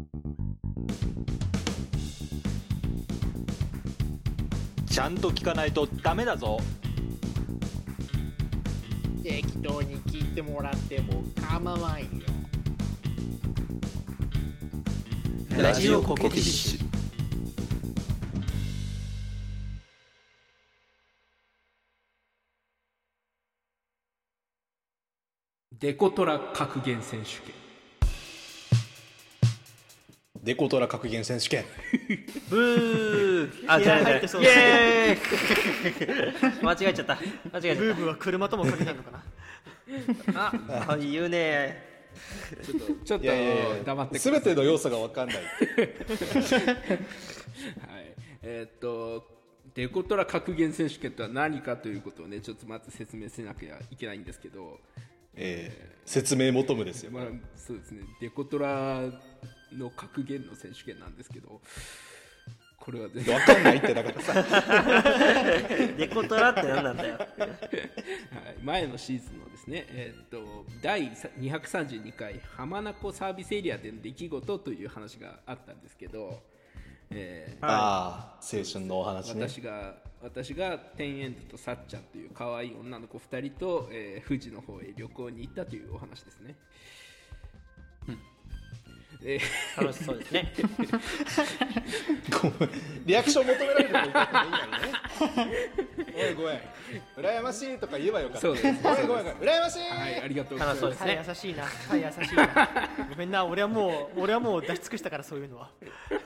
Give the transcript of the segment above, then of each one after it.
ちゃんと聞かないとダメだぞ。 適当に聞いてもらっても構わんよ。 ラジオコケティッシュ。 デコトラ格言選手権。 デコトラ格言選手権。 ブー。あ、 いや入ってそうイエーイ間違えちゃった。間違えちゃっブーブーは車ともかけたのかな。 た。言うね。 ちょっといやいやいや黙ってください。 全ての要素が分かんない。 はい。デコトラ格言選手権とは何かということをね、ちょっとまず説明しなきゃいけないんですけど、 説明求むですよ。 まあそうですね、デコトラの格言の選手権なんですけど、これは全然分かんないってだからさ。 デコトラって何なんだよ。 はい、前のシーズンのですね、第232回浜名湖サービスエリアでの出来事という話があったんですけど、 ああ、青春のお話ね。 私がテンエンドとさっちゃんという可愛い女の子2人と、富士の方へ旅行に行ったというお話ですね。 楽しそうですね。 ごめん、リアクション求められると言ってもいいのにね。おいごめん、羨ましいとか言えばよかった。 そうです。 おいごめん、羨ましい。 はい、ありがとうございます。 楽しそうですね。 優しいな。はい、優しいな。ごめんな、俺はもう出し尽くしたから、そういうのは。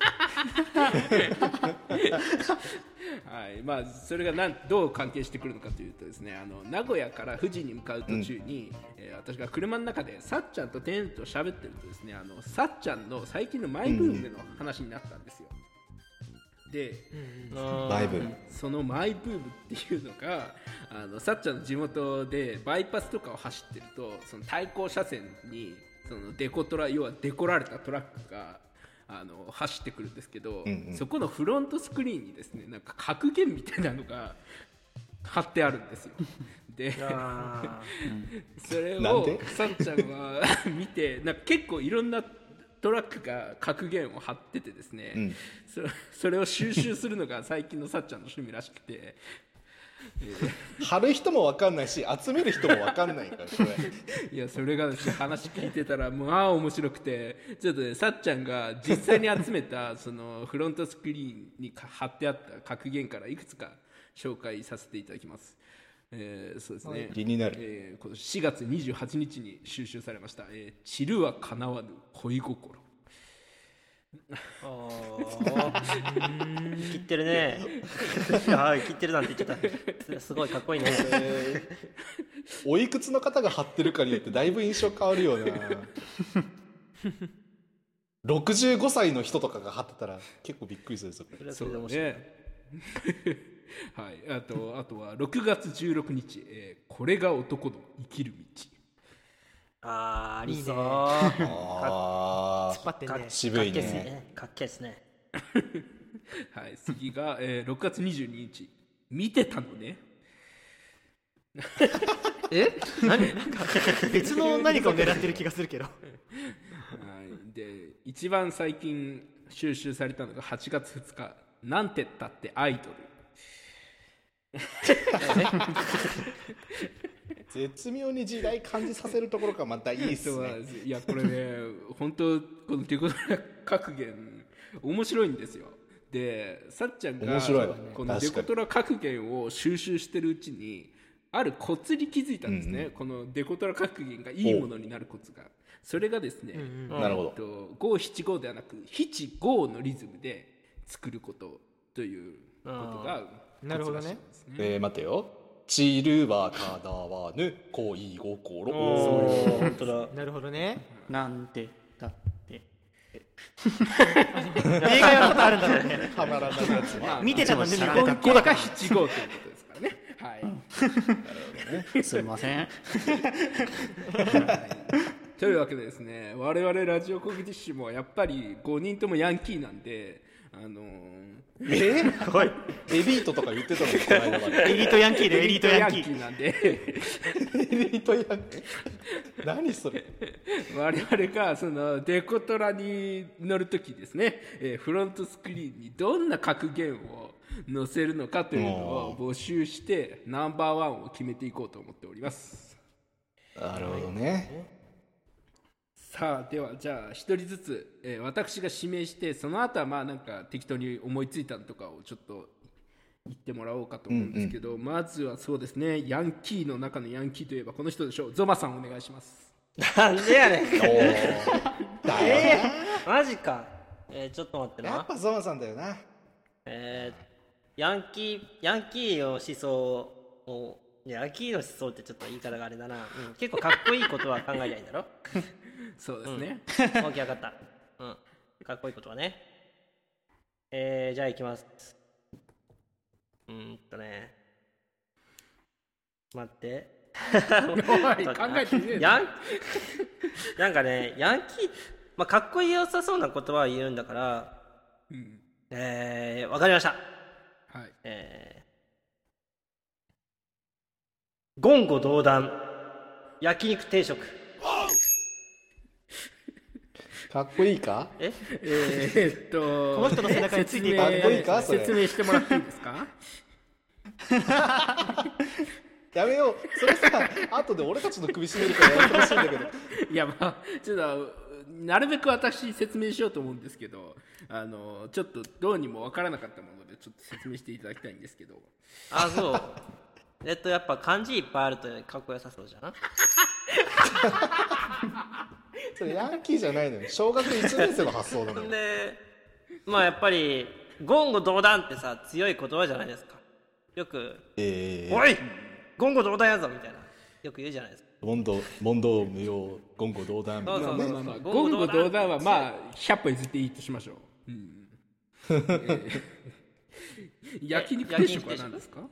はい、まあそれがどう関係してくるのかというとですね、名古屋から富士に向かう途中に、私が車の中でさっちゃんとテンと喋ってるとですね、さっちゃんの最近のマイブームの話になったんですよ。で、 マイブーム、 そのマイブームっていうのがさっちゃんの地元でバイパスとかを走ってると、その対向車線にそのデコトラ、要はデコられたトラックが走ってくるんですけど、そこのフロントスクリーンにですね、なんか格言みたいなのが貼ってあるんですよ。でそれをさっちゃんは見て、なんか結構いろんなトラックが格言を貼っててですね、それを収集するのが最近のさっちゃんの趣味らしくて、 貼る人も分かんないし、集める人も分かんないからこれ。 いや、それがですね、話聞いてたら面白くて、ちょっとね、さっちゃんが実際に集めたそのフロントスクリーンに貼ってあった格言からいくつか紹介させていただきます。そうですね、 気になる。 今年4月28日に収集されました、散るはかなわぬ恋心。 切ってるね。はい、切ってるなんて言っちゃった。すごいかっこいいね。 おいくつの方が貼ってるかによってだいぶ印象変わるよな。65歳の人とかが貼ってたら結構びっくりするぞ。 それで面白い。 はい、あとは6月16日、これが男の生きる道。 ありそう。 あ突っ張ってね。 渋いね。 かっけえですね。 はい、次が、6月22日、見てたのね。 何？なんか別の何かを狙ってる気がするけど。 はい、で一番最近収集されたのが8月2日、なんてったってアイドル。 絶妙に時代感じさせるところがまたいいっすね。 いやこれね、本当このデコトラ格言面白いんですよ。でさっちゃんがこのデコトラ格言を収集してるうちにあるコツに気づいたんですね、このデコトラ格言がいいものになるコツが。それがですね、 なるほど、 五七五ではなく七五のリズムで作ることということがなるほどね。 待てよ、散るはかなわぬ恋心。 本当だ。 なるほどね。 なんてだって。 映画やることあるんだろうね。 はまらないやつね。 見てたのね、 基本形が七五ということですからね。はい。 すいません。 というわけでですね、我々ラジオコグティッシュもやっぱり5人ともヤンキーなんで、 エリートとか言ってたのにこの間まで。 エリートヤンキーでエリートヤンキー。 なんでエリートヤンキー何それ。 我々がそのデコトラに乗るときですね、フロントスクリーンにどんな格言を載せるのかというのを募集してナンバーワンを決めていこうと思っております。 なるほどね。 さあではじゃあ一人ずつ、私が指名してその後はまあなんか適当に思いついたのとかをちょっと言ってもらおうかと思うんですけど、まずはそうですね、ヤンキーの中のヤンキーといえばこの人でしょう。ゾマさんお願いします。 なんでやねん。 だよマジか。ちょっと待ってな。やなっ。ぱゾマさんだよな。 ヤンキーの思想を、ヤンキーの思想ってちょっと言い方があれだな、結構かっこいいことは考えりゃいいんだろ。 そうですね、 オッケー、分かった。かっこいいことはね。じゃあいきます。待って。 おい考えてねえな。 なんかね、ヤンキー、まあ、かっこよさそうな言葉を言うんだから、わかりました。 はい。 言語道断、焼肉定食。 かっこいいか？ この人の背中についていくかっこいいかそれ。 説明してもらっていいですか？ やめよう。それさ、後で俺たちの首絞めるからやめてほしいんだけど。 いやまあちょっとなるべく私説明しようと思うんですけど、ちょっとどうにもわからなかったものでちょっと説明していただきたいんですけど。 あ、そう。やっぱ漢字いっぱいあるとかっこよさそうじゃな。 それヤンキーじゃないのよ。小学1年生の発想なのよ。 で、まあやっぱり言語道断ってさ、強い言葉じゃないですか。よく、おい言語道断やぞみたいなよく言うじゃないですか。 問答無用言語道断みたいな。 言語道断はまあ100歩譲っていいとしましょう。焼肉定食は何ですか？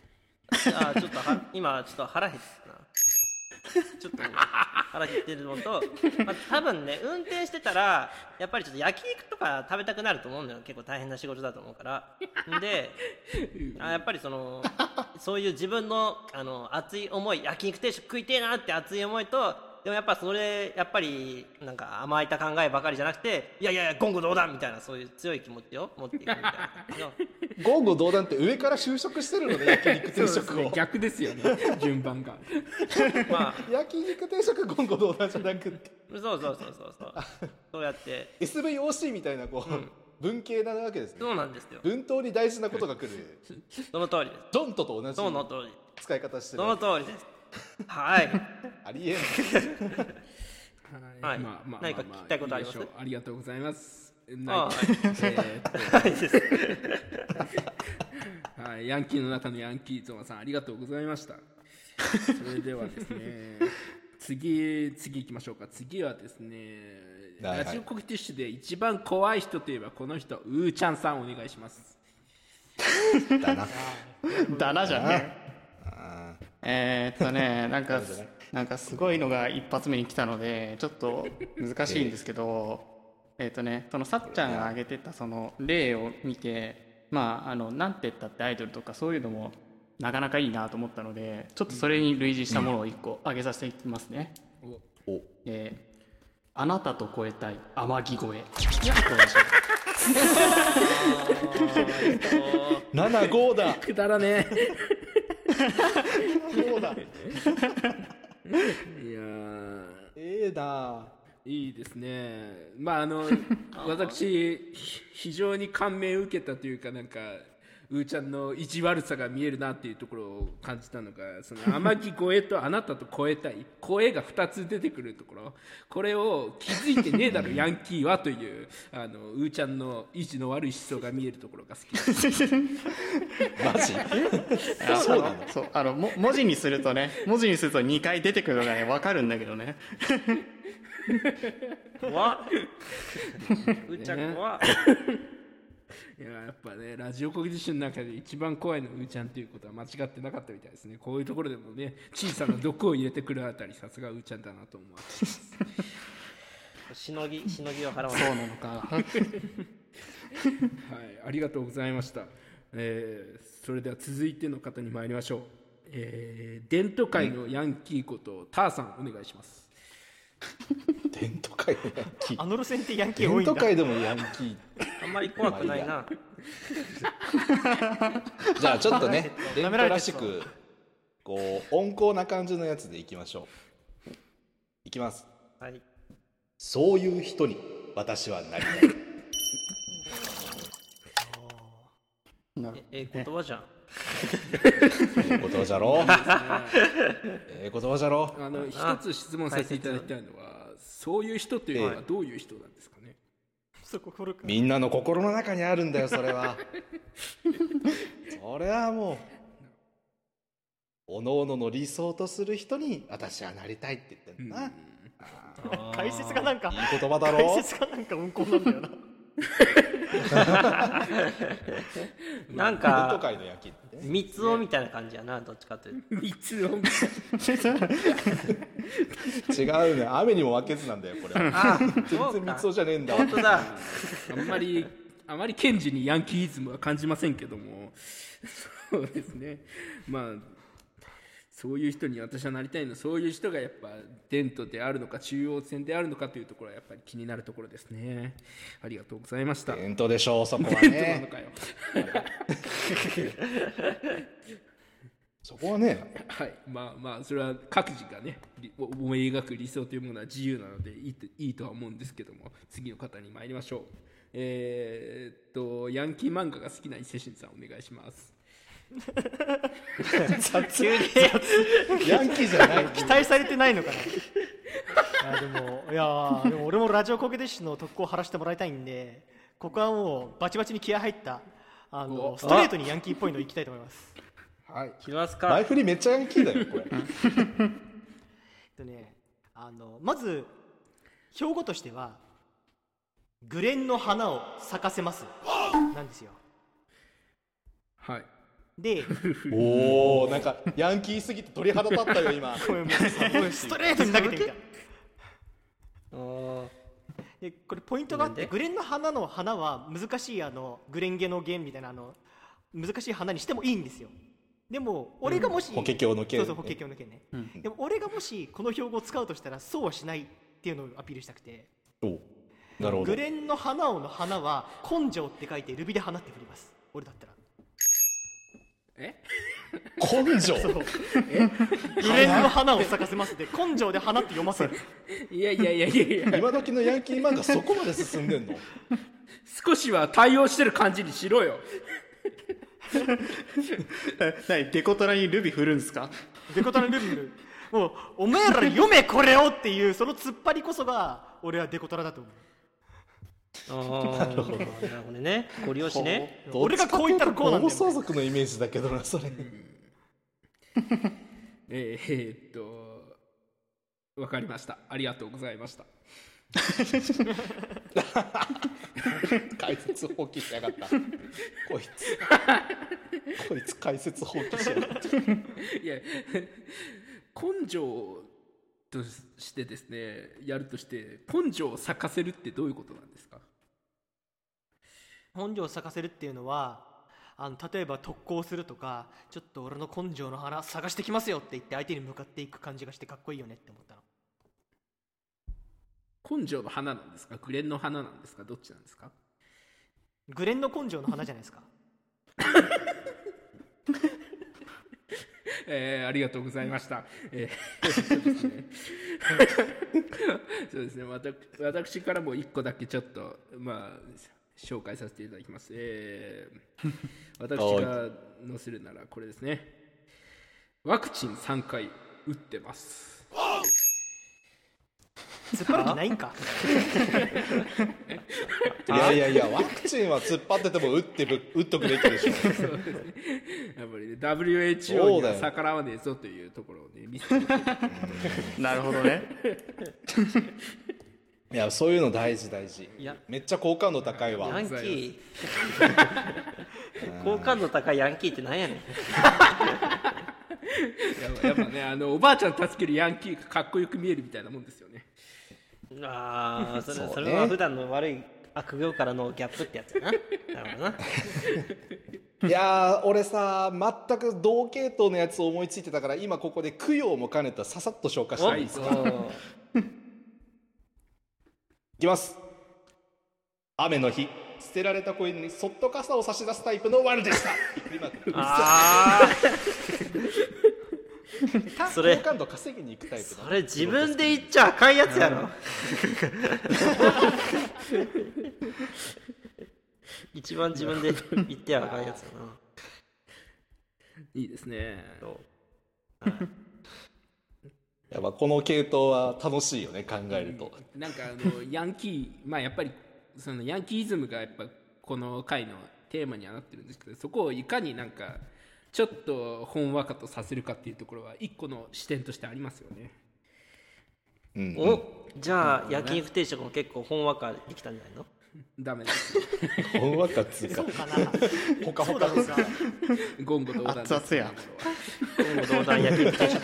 今ちょっと腹減ってたな。ちょっと、ね、腹減ってるのと、多分ね、運転してたらやっぱりちょっと焼肉とか食べたくなると思うんだよ。結構大変な仕事だと思うから。でやっぱりそういう自分の熱い思い、焼肉定食食いてえなって熱い思いと、でもやっぱそれやっぱりなんか甘えた考えばかりじゃなくて、いや言語道断みたいな、そういう強い気持ちを持っていくみたいな。 言語道断って上から就職してるのね、焼肉定食を。 逆ですよね、順番が。 まあ焼肉定食言語道断じゃなくて、 そうやって SVOC みたいな文系なわけですね。 そうなんですよ。 文頭に大事なことが来る。 その通りです。 ドントと同じその通り使い方してる。 その通りです。はい。 ありえない。何か聞きたいことあります？ ありがとうございます。ヤンキーの中のヤンキーゾマさんありがとうございました。それではですね、次行きましょうか。次はですね、ラジオコグティッシュで一番怖い人といえばこの人、うーちゃんさんお願いします。 だなじゃねなんかすごいのが一発目に来たのでちょっと難しいんですけど、そのさっちゃんが挙げてたその例を見て、なんて言ったってアイドルとかそういうのもなかなかいいなと思ったので、ちょっとそれに類似したものを1個挙げさせていきますね。あなたと超えたい天城越え。 75だ。 くだらねそうだ。 いやいいですね。私非常に感銘を受けたというか、なんかうーちゃんの意地悪さが見えるなっていうところを感じたのが、その天城越えとあなたと超えたい声が2つ出てくるところ、これを気づいてねえだろヤンキーはといううーちゃんの意地の悪い思想が見えるところが好きです。 マジ？ そうなの？そう、文字にすると2回出てくるのがね分かるんだけどね。 怖っ。うーちゃん怖っ。 いややっぱねラジオ国技師の中で一番怖いのうーちゃんということは間違ってなかったみたいですね。こういうところでもね小さな毒を入れてくるあたりさすがうーちゃんだなと思われますしのぎを払わない。 そうなのか。 はい、ありがとうございました。それでは続いての方に参りましょう。伝統界のヤンキーことターさんお願いします。 伝統界のヤンキー。 あの路線ってヤンキー伝多いんだ。 統界でもヤンキー。 あんまり怖くないな。 じゃあちょっとね伝舐められてる統らしくこう温厚な感じのやつでいきましょう。いきます。 はい。 そういう人に私はなりたい。 なる言葉じゃん。 言葉じゃろ。言葉じゃろ。 一つ質問させていただきたいのは、そういう人というのはどういう人なんですかね。 そここれか。 みんなの心の中にあるんだよそれは。それはもう各々の理想とする人に私はなりたいって言ってんだな。 解説がなんかいい言葉だろ。 解説がなんか温厚なんだよな。 なん伝統か界のヤンキーってね。 三つ男みたいな感じやな、どっちかというと。 三つを違うね。雨にも負けずなんだよこれは。 あ、 全そうか然三つ。じゃねえんだ。 本当だ。 あまり顕著にヤンキーイズムは感じませんけども、そうですね。まあそういう人に私はなりたいの。そういう人がやっぱ伝統であるのか中央線であるのかというところはやっぱり気になるところですね。ありがとうございました。 伝統でしょうそこは伝統なのね。 かよ。 そこはね。 はい、まあそれは各自がね思い描く理想というものは自由なのでいいとは思うんですけども、次の方に参りましょう。ヤンキー漫画が好きな伊勢神さんお願いします。 急にヤンキーじゃない。 期待されてないのかな。いやでも俺もラジオコケディッシュの特攻を張らせてもらいたいんで、ここはもうバチバチに気合入ったストレートにヤンキーっぽいのいきたいと思います。 はい。 来ます前か。 振りめっちゃヤンキーだよこれ。 まず標語としてはグレンの花を咲かせますなんですよ。 はい。 でおお、なんかヤンキーすぎて鳥肌立ったよ今。 これもうストレートに投げてみた。でこれポイントがあって、グレンの花の花は難しいグレンゲの弦みたいな難しい花にしてもいいんですよ。でも俺がもし、 法華経の剣ね。 そうそう法華経の剣ね、でも俺がもしこの標語を使うとしたらそうはしないっていうのをアピールしたくて、 お、なるほど。 グレンの花をの花は根性って書いてルビで花って振ります俺だったら。 根性。 そうグレンの花を咲かせますで根性で花って読ませる。 いや今時のヤンキー漫画そこまで進んでんの？ 少しは対応してる感じにしろよ。 何デコトラにルビ振るんですか？ デコトラのルビーもうお前ら読めこれをっていうその突っ張りこそが俺はデコトラだと思う。 なるほどね。ご利用しね。 俺がこう言ったらこうなんだよ。 暴走族のイメージだけどなそれ。 わかりました。ありがとうございました。 解説放棄しやがった。こいつ解説放棄しやがった。 いや根性としてですねやるとして根性を咲かせるってどういうことなんですか？ 根性を咲かせるっていうのは例えば特攻するとか、ちょっと俺の根性の花探してきますよって言って相手に向かっていく感じがしてかっこいいよねって思ったの。 根性の花なんですか？グレンの花なんですか？どっちなんですか？ グレンの根性の花じゃないですか。 ありがとうございました。そうですね。私からも1個だけちょっと紹介させていただきます。私が載せるならこれですね。ワクチン3回打ってます。 突っ張る気ないんか。 いやワクチンは突っ張ってても打っとくべきでしょ。 そうですね。やっぱりね WHO には逆らわねえぞというところをね見せて。 なるほどね。 いやそういうの大事大事。 いやめっちゃ好感度高いわ。 ヤンキー好感度高いヤンキーってなんやねん。 やっぱねおばあちゃん助けるヤンキーがかっこよく見えるみたいなもんですよね。 ああ、そそうねれは普段の悪い悪行からのギャップってやつやな。なるほどな。 いやー俺さ全く同系統のやつを思いついてたから今ここで供養も兼ねたささっと消化したいですか。 おいきます。雨の日捨てられたコインにそっと傘を差し出すタイプのワルでした。びっくりマーク。 ああ、それ好感度稼ぎに行くタイプだ。 それ自分で言っちゃあかんやつやろ。一番自分で言ってはあかんやつやな。 いいですね。 やっぱこの系統は楽しいよね考えると。 なんかヤンキーやっぱりそのヤンキーイズムがやっぱこの回のテーマにはなってるんですけど、そこをいかになんかちょっとほんわかとさせるかっていうところは一個の視点としてありますよね。 うんお、じゃあ焼肉定食も結構ほんわかできたんじゃないの？ ダメですほんわかっつうかそうかな。 ほかほかそうだろうか。 言語道断です。 熱々や今後同断焼肉定食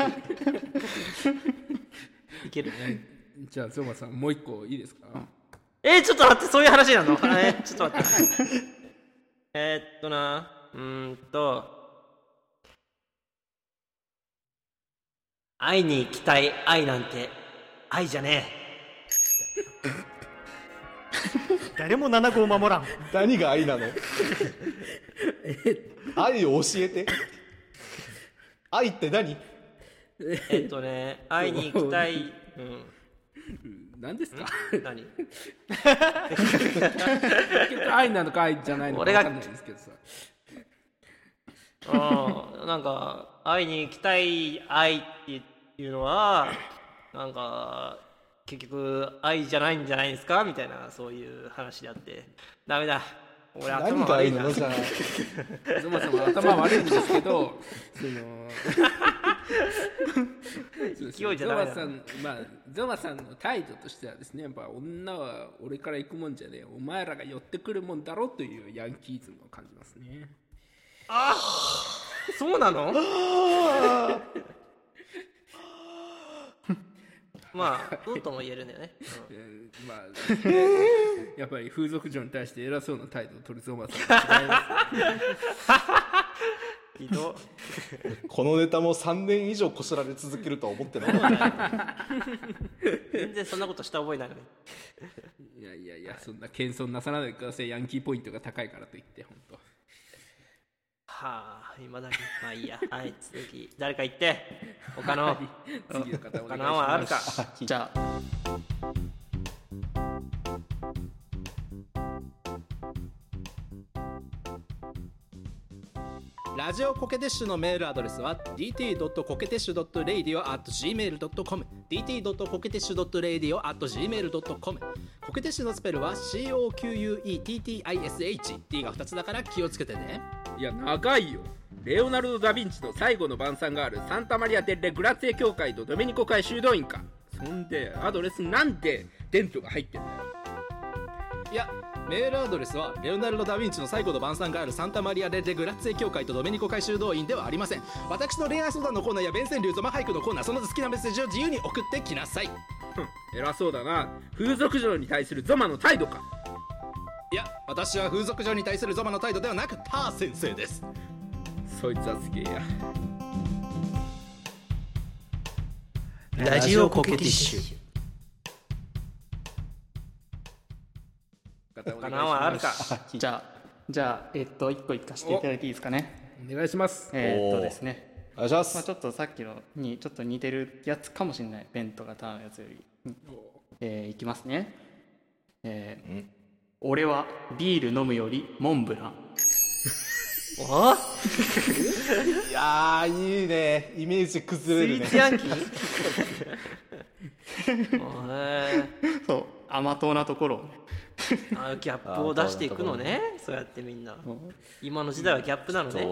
いける？ じゃあゾマさんもう一個いいですか？ ちょっと待って、そういう話なの？ちょっと待って会いに行きたい愛なんて愛じゃね誰も7号守らん。 何が愛なの？愛を教えて。愛って何？ え。会いに行きたい。 何ですか？ 何？ 愛なのか愛じゃないのか分かんないですけどさ。 なんか会いに行きたい愛っていうのはなんか結局愛じゃないんじゃないですかみたいな、そういう話であって、ダメだ、俺頭何が悪いな。 愛なのじゃあ。 ゾマさんも頭悪いんですけど勢いじゃダメだ。 ゾマさんの態度としてはですね、やっぱ女は俺から行くもんじゃねえ、お前らが寄ってくるもんだろというヤンキーズムを感じますね。 そうなの？まあどうとも言えるんだよね。 やっぱり風俗嬢に対して偉そうな態度を取るゾマさんは違いますひど。 このネタも3年以上こしられ続けるとは思ってない。 全然そんなことした覚えないのに。 いやそんな謙遜なさらないでください。ヤンキーポイントが高いからといって本当。 いまだに。まあいいや。はい、次誰か言って。他の次の方お願いし他の案はあるか。 じゃあラジオコケテッシュのメールアドレスは dt.coquetesh.radio@gmail.com dt.coquetesh.radio@gmail.com コケテッシュのスペルは COQUETTISH D が2つだから気をつけてね。 いや長いよ。レオナルド・ダ・ヴィンチの最後の晩餐があるサンタマリア・デッレ・グラッツェ教会とドメニコ会修道院か。そんでアドレスなんでデントが入ってんだよ。 いやメールアドレスはレオナルド・ダ・ヴィンチの最後の晩餐があるサンタマリア・デ・グラッツェ教会とドメニコ会修道院ではありません。私の恋愛相談のコーナーや弁川流ゾマ俳句のコーナー、その他好きなメッセージを自由に送ってきなさい。 偉そうだな。風俗嬢に対するゾマの態度か。 いや私は風俗嬢に対するゾマの態度ではなくター先生です。 そいつはすげえや。 ラジオコケティッシュ。他の案はあるか。 じゃあ一個いかせていただいていいですかね。 お願いします。 ですね、 お願いします。 ちょっとさっきのにちょっと似てるやつかもしれない。ベント型のやつより、いきますね。俺はビール飲むよりモンブラン。 いやーいいね、イメージ崩れるね。 スイーツヤンキーそう甘党なところをギャップを出していくのね。そうやってみんな今の時代はギャップなのね。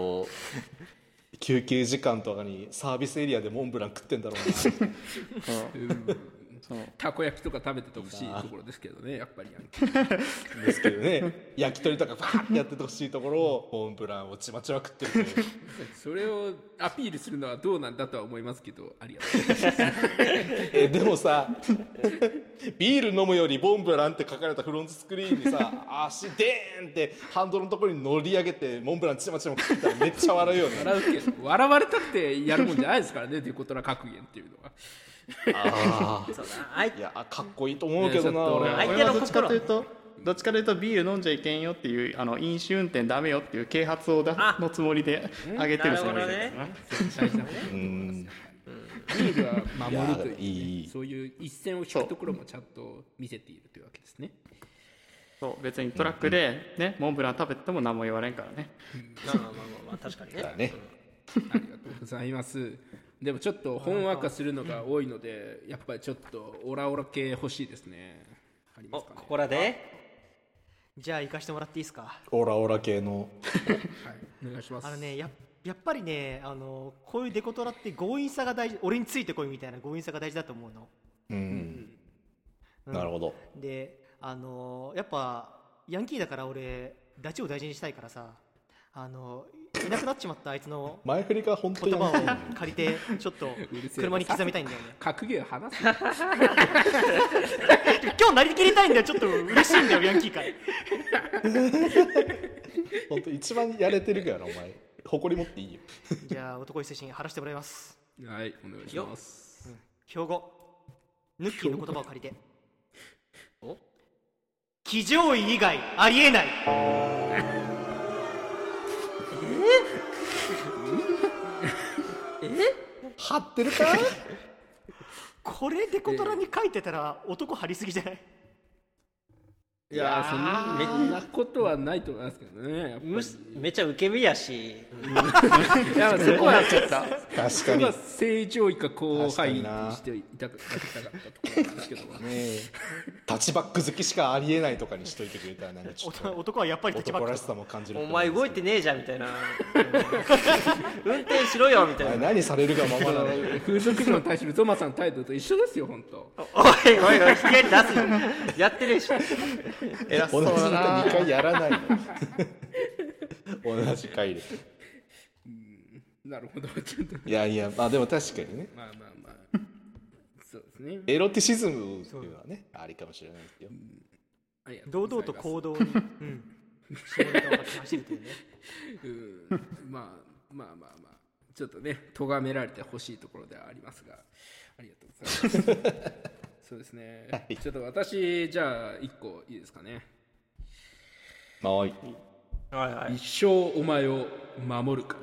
休憩時間とかにサービスエリアでモンブラン食ってんだろうな。 そうたこ焼きとか食べててほしいところですけどね、やっぱりヤンキーですけどね、焼き鳥とかバーってやっててほしいところをモンブランをちまちま食ってるというそれをアピールするのはどうなんだとは思いますけど、ありがとうございますでもさビール飲むよりモンブランって書かれたフロントスクリーンにさ足デーンってハンドルのところに乗り上げてモンブランちまちま食ったらめっちゃ笑うよね笑うけど笑われたくてやるもんじゃないですからねデコトラ格言っていうのは。 あそうだいやかっこいいと思うけどな、俺相手の俺はどっちか心というとビール飲んじゃいけんよっていう飲酒運転ダメよっていう啓発のつもりであげてるつもりですなる大事なうんビールは守るという、ね、 いいそういう一線を引くところもちゃんと見せているというわけですね。 そう別にトラックで、ねモンブラン食べても何も言われんからね。 まあ確かにねだねありがとうございます。でもちょっとほんわかするのが多いので、やっぱりちょっとオラオラ系欲しいですね。ありますかね。 ここらでじゃあ行かしてもらっていいですか。 オラオラ系のはい、お願いします。 やっぱりねこういうデコトラって強引さが大事、俺についてこいみたいな強引さが大事だと思うの。 なるほど。 でやっぱヤンキーだから俺ダチを大事にしたいからさいなくなっちまったあいつの前振りが本当に言葉を借りてちょっと車に刻みたいんだよね。 格言話す今日なりきりたいんだよ。ちょっと嬉しいんだよヤンキー会。 本当一番やれてるからお前誇り持っていいよ。 じゃあ男一精神張らせてもらいます。 はい、お願いします。 標語ヌッキーの言葉を借りて騎乗位以外ありえない。 張ってるかこれデコトラに書いてたら男張りすぎじゃない？ いやそんなことはないと思いますけどね。やっぱりめっちゃ受け身やしいやそこは確かにそこは正常位か後輩にしていただきたかったところなんですけどもねタッチバック好きしかありえないとかにしといてくれたらなんかちょっと男はやっぱりタッチバック男らしさも感じる。 お前動いてねえじゃんみたいな運転しろよみたいな。 何されるがままなの風俗嬢に対するゾマさんの態度と一緒ですよ本当。 おい引き合い出すやってねえし。 偉そう同じだな。 2回やらないの同じ回でなるほどちょっといやいやまあでも確かにねまあそうですね。 エロティシズムっていうのはねありかもしれないですよ。 ありがとう堂々 ございますと行動に下ネタを走るというね。 まあちょっとね咎められてほしいところではありますがありがとうございますそうですね、ちょっと私じゃあ1個いいですかね。 はいはいはい。 一生お前を守るか。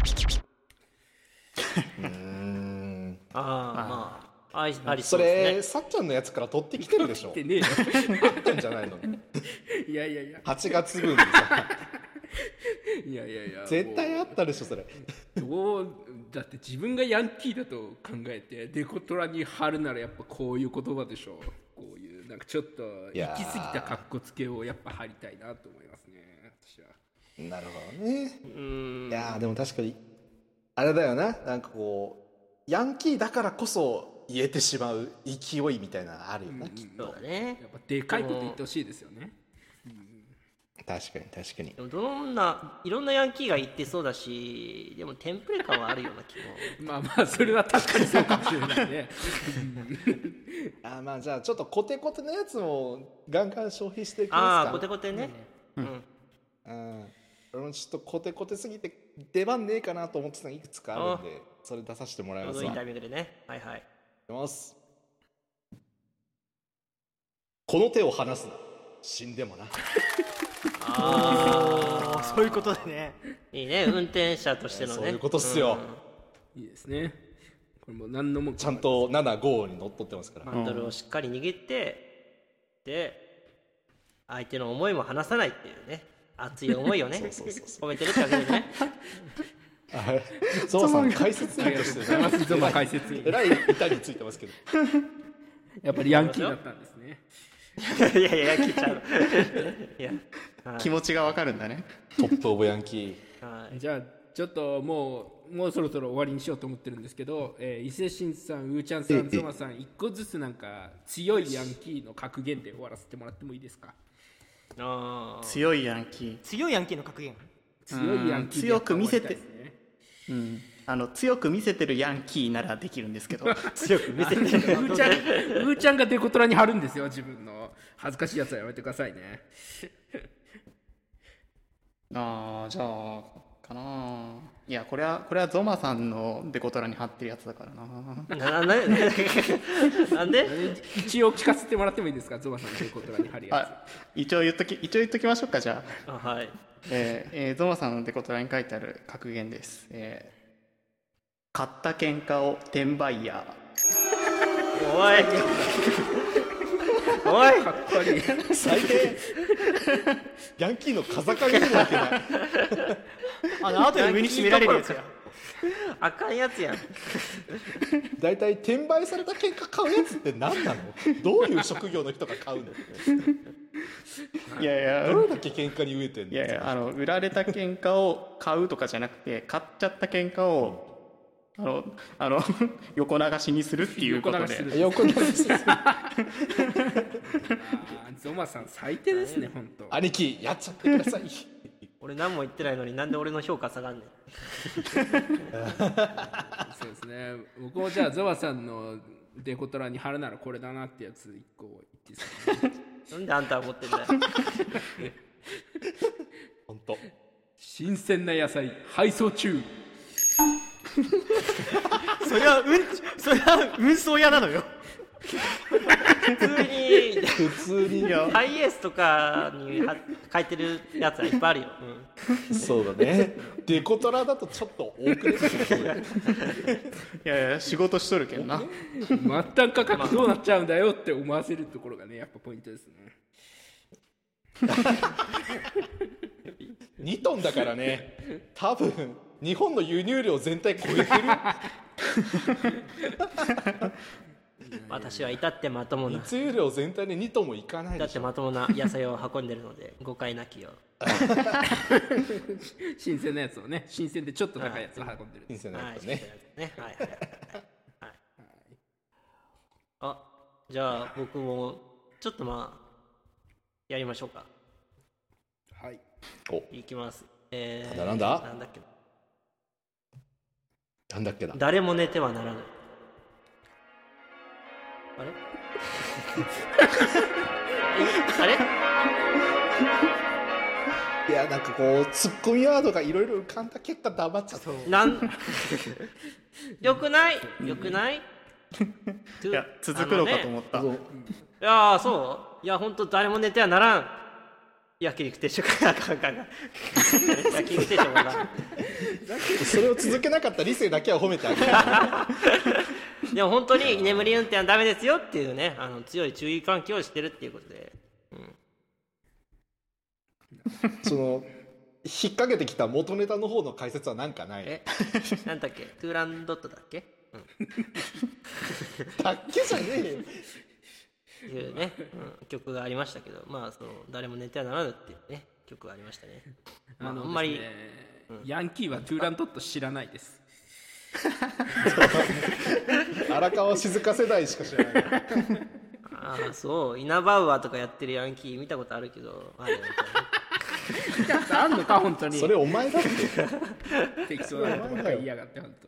まあありそそうですねれ。さっちゃんのやつから取ってきてるでしょってねえよさっちゃんじゃないのいや 8月分でさいや絶対あったでしょそれ。 どうだって自分がヤンキーだと考えてデコトラに貼るならやっぱこういう言葉でしょ。こういうなんかちょっと行き過ぎた格好つけをやっぱ貼りたいなと思いますね私は。 なるほどね。いやでも確かにあれだよな、なんかこうヤンキーだからこそ言えてしまう勢いみたいなのあるよな、きっと。 そうだね。 やっぱでかいこと言ってほしいですよね。 確かに確かに。 でもいろんなヤンキーが言ってそうだし、でもテンプレ感はあるような気も。 まあそれは確かにそうかもしれないねまあじゃあちょっとコテコテのやつもガンガン消費していきますか。 コテコテね。 俺もちょっとコテコテすぎて出番ねえかなと思ってたのいくつかあるんで、それ出させてもらいますわ。 ちょうどいいタイミングでね。はいはい。 いきます。この手を離すな、死んでもな。 そういうことでね。 いいね、運転者としてのね。 そういうことっすよ。 いいですね。これもう何のもちゃんと7、5に乗っ取ってますから。 ハンドルをしっかり握って、で、相手の思いも離さないっていうね、熱い思いをね、込めてるってわけですね。 ゾウさん解説員としてゾマ解説員えらい板についてますけど。 やっぱりヤンキーだったんですね。 いや聞いちゃう。いや、 気持ちがわかるんだね。 トップオブヤンキー。 はい。 じゃあちょっともうそろそろ終わりにしようと思ってるんですけど、伊勢神さん、うーちゃんさん、ゾマさん、一個ずつなんか強いヤンキーの格言で終わらせてもらってもいいですか？ 強いヤンキー。 強いヤンキーの格言。 強いヤンキーで強く見せて終わりたいですね。 強く見せてるヤンキーならできるんですけど強く見せてる。 うーちゃんがデコトラに貼るんですよ、自分の。恥ずかしいやつはやめてくださいね。 じゃあかな。いやこれはゾマさんのデコトラに貼ってるやつだからな。 なんで一応聞かせてもらってもいいですか、ゾマさんのデコトラに貼るや一応言っときましょうか。じゃあはい。 ゾマさんのデコトラに書いてある格言です。買った喧嘩を転売ヤおいおいつ。かっこいい。 最低ヤンキーの風上にいるわけない後で上に締められるやつや。 あかんやつやん。 だいたい転売された喧嘩買うやつって何なの？どういう職業の人が買うの？ いやどれだけ喧嘩に飢えてんの？ 売られた喧嘩を買うとかじゃなくて、買っちゃった喧嘩を横流しにするっていうことで。 横流しするゾマさん最低ですね、本当。 兄貴やっちゃってください俺何も言ってないのになんで俺の評価下がんねん。 そうですね。僕もじゃあゾマさんのデコトラに貼るならこれだなってやつ一個言っていいですかね。 なんであんたは持ってんだよ。 本当。 新鮮な野菜配送中。 それは運送屋なのよ。 普通に普通にハイエースとかに書いてるやつはいっぱいあるよ。 そうだね。デコトラだとちょっと多くですね。 いや仕事しとるけんな。 末端価格どうなっちゃうんだよって思わせるところがね、やっぱポイントですね。 2トンだからね。多分日本の輸入量全体超えてる。 私は至ってまともな密輸量全体で2トンもいかないでしょ。 至ってまともな野菜を運んでるので誤解なきよう。 新鮮なやつをね、新鮮でちょっと高いやつを運んでる。 新鮮なはい、 やつね。 ね、はい。あ、じゃあ僕もちょっとやりましょうか。 はい。 いきます。 なんだなんだっけ。 なんだっけな。 誰も寝てはならぬ。あれあれいやなんかこうツッコミワードがいろいろ浮かんだ結果黙っちゃった。 よくないよくない。 いや続くのかと思った。 いやそういや本当誰も寝てはならん。焼肉定食焼肉定食がそれを続けなかった理性だけは褒めてあげる。 でも本当に居眠り運転はダメですよっていうね、強い注意喚起をしてるっていうことで、 その引っ掛けてきた元ネタの方の解説はなんかない？ なんだっけ、トゥーランドットだっけ、 だっけじゃねえよ。 いうね、曲がありましたけど、その誰も寝てはならぬっていうね曲がありましたね。あんまり、 ヤンキーはトゥーランドット知らないです。 荒川静香世代しか知らない。 そう、イナバウアーとかやってるヤンキー見たことあるけど、あんのか本当に。 それお前だって。 適当なことばっかり言いやがって本当。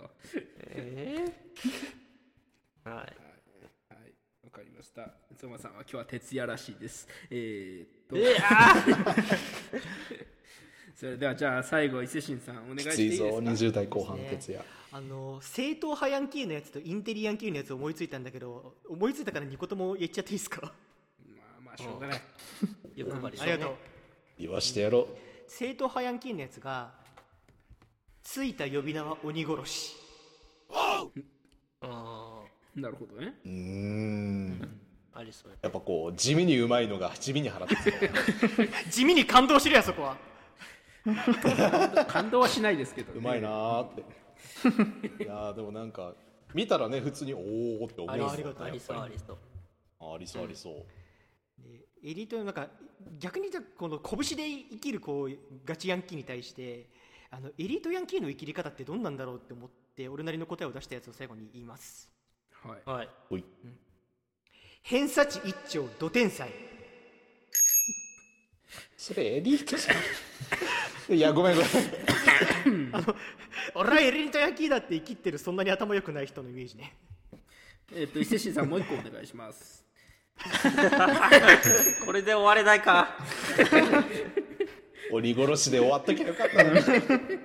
はい。 わかりました。ゾマさんは今日は徹夜らしいです。それではじゃあ最後伊勢神さんお願いしていいですか。 きついぞ20代後半の徹夜。 正統派ヤンキーのやつとインテリヤンキーのやつ思いついたんだけど、思いついたから2個とも言っちゃっていいですか。 まあしょうがない。 よくばりありがとう。 言わしてやろう。 正統派ヤンキーのやつがついた呼び名は鬼殺し。 なるほどね。 ありそう。 やっぱこう地味にうまいのが地味に腹立つ。 地味に感動してるやそこは。 感動はしないですけど、 うまいなーって。いやでもなんか見たらね普通におーって思う。 ありそうありそう。 ありそうありそう。 エリートなんか逆にこの拳で生きるこうガチヤンキーに対してエリートヤンキーの生きり方ってどんなんだろうって思って俺なりの答えを出したやつを最後に言います。 はい。 おい。 偏差値一丁ド天才。 それエリートじゃん。いや、ごめん。 俺はエリートヤンキーだって生きってるそんなに頭良くない人のイメージね。 伊勢神さんもう一個お願いします。 これで終われないか。 鬼殺しで終わっときゃよかったのに。 終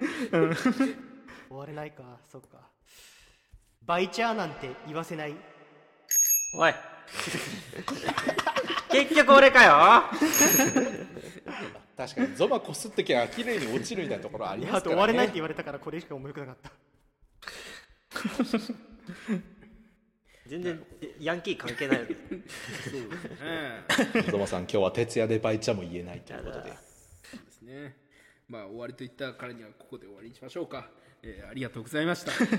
われないか、そっか。バイチャーなんて言わせない。 おい。結局俺かよ。 確かにゾマこすっときゃ綺麗に落ちるみたいなところありますからね。 あと終われないって言われたからこれしか思い浮かなかった。 全然ヤンキー関係ないよね。 ゾマさん今日は徹夜でバイチャも言えないということで。 そうですね。まあ終わりといったからにはここで終わりにしましょうか。ありがとうございました。はい。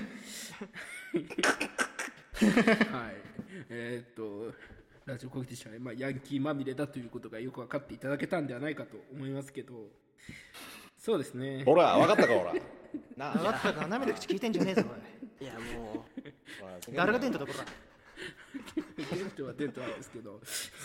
ラジオコギティッシュは、まあ、ヤンキーまみれだということがよく分かっていただけたんではないかと思いますけど、そうですね。 ほら、分かったか、ほら。な分かったか、舐めた口聞いてんじゃねえぞ、おい。 いやもう誰がデントだ、こら。 デントはデントなんですけど、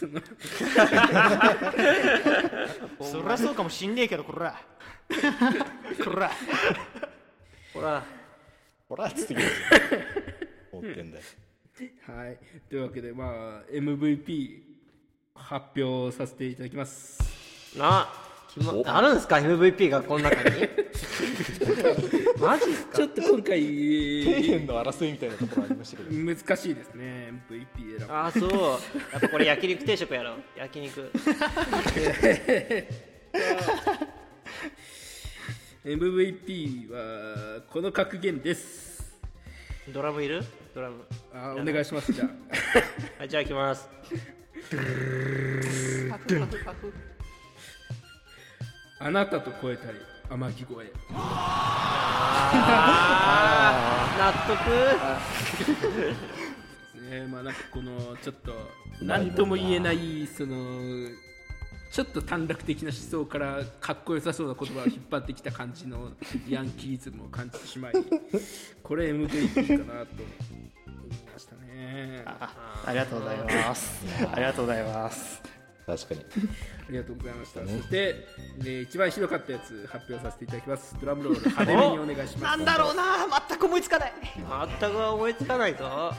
そりゃそうかもしんねえけど、こら。こら。 ほら。 ほら、つってきますよ。思ってんだよ。 はい。というわけで、まあ、MVP 発表させていただきます。 あるんすか MVP がこの中に。マジっすか。 ちょっと今回底辺の争いみたいなところありましたけど難しいですね MVP 選ぶ。 ああそう。やっぱこれ焼肉定食やろ。焼肉。 MVP はこの格言です。 ドラムいる？ドラム。 お願いします。じゃあ。 はい、じゃあ行きます。 あなたと超えたい天城越え。 納得。ね、まあなんかこのちょっと何とも言えないそのちょっと短絡的な思想からかっこよさそうな言葉を引っ張ってきた感じのヤンキーズムを感じてしまい、これ MVP かなと思いましたね。 ありがとうございます。ありがとうございます。 確かに。 ありがとうございました。そして、一番ひどかったやつ発表させていただきます。ドラムロール派手めにお願いします。 なんだろうな、全く思いつかない。 全く思いつかないぞ。 はい、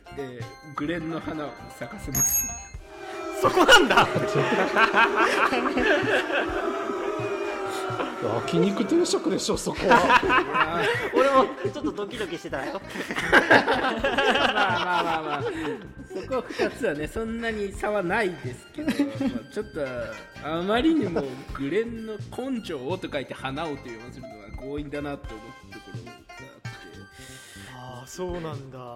グレンの花を咲かせます。 そこなんだ。 焼肉定食でしょ、そこは。 俺もちょっとドキドキしてたよ。 まあそこ2つはねそんなに差はないですけど、ちょっとあまりにもグレンの根性をと書いて花をと読ませるのは強引だなと思ったところがあって。 ああそうなんだ。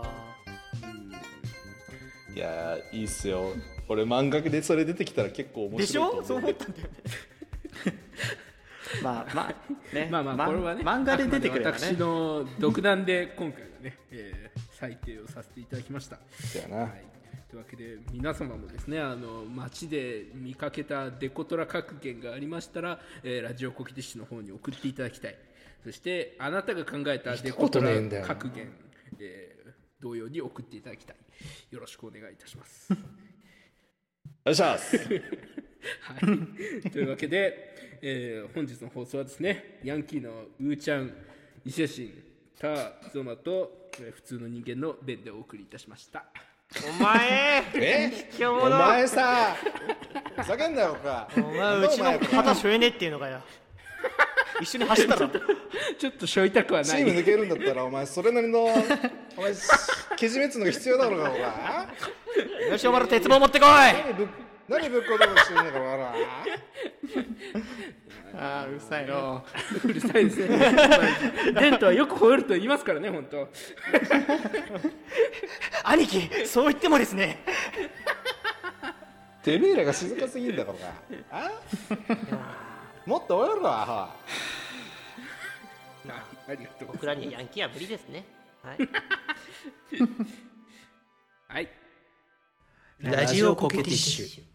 いやー、いいっすよ。俺漫画でそれ出てきたら結構面白いと思う。 でしょ？そう思ったんだよね。 まあね、 まあこれはね漫画で出てくればね。 私の独断で今回はね、裁定をさせていただきました。 そうやな。 はい、というわけで皆様もですね街で見かけたデコトラ格言がありましたら、ラジオコキティッシュの方に送っていただきたい。そしてあなたが考えたデコトラ格言、同様に送っていただきたい。よろしくお願いいたします。 お願いします。 はい、というわけで、本日の放送はですね、ヤンキーのうーちゃん、伊勢神、ゾマと、普通の人間のベンでお送りいたしました。 お前お前さ、ふざけんなよか。 お前うちの肩しょえねえっていうのかよ。一緒に走ったらちょっとしょいたくはない。 チーム抜けるんだったらお前それなりのお前けじめつのが必要だろうが。ほらよしお前ら鉄棒持ってこい。 何ぶっこどこしてんだからほら。 ああうるさいの。 うるさいですね。デントはよく吠えると言いますからね、本当。 兄貴そう言ってもですね。 てめえらが静かすぎんだからな。あもっとおよろわ。 ありがとうご僕ざいます。 らにヤンキーは無理ですね。はい。 はい。 ラジオコケティッシュ。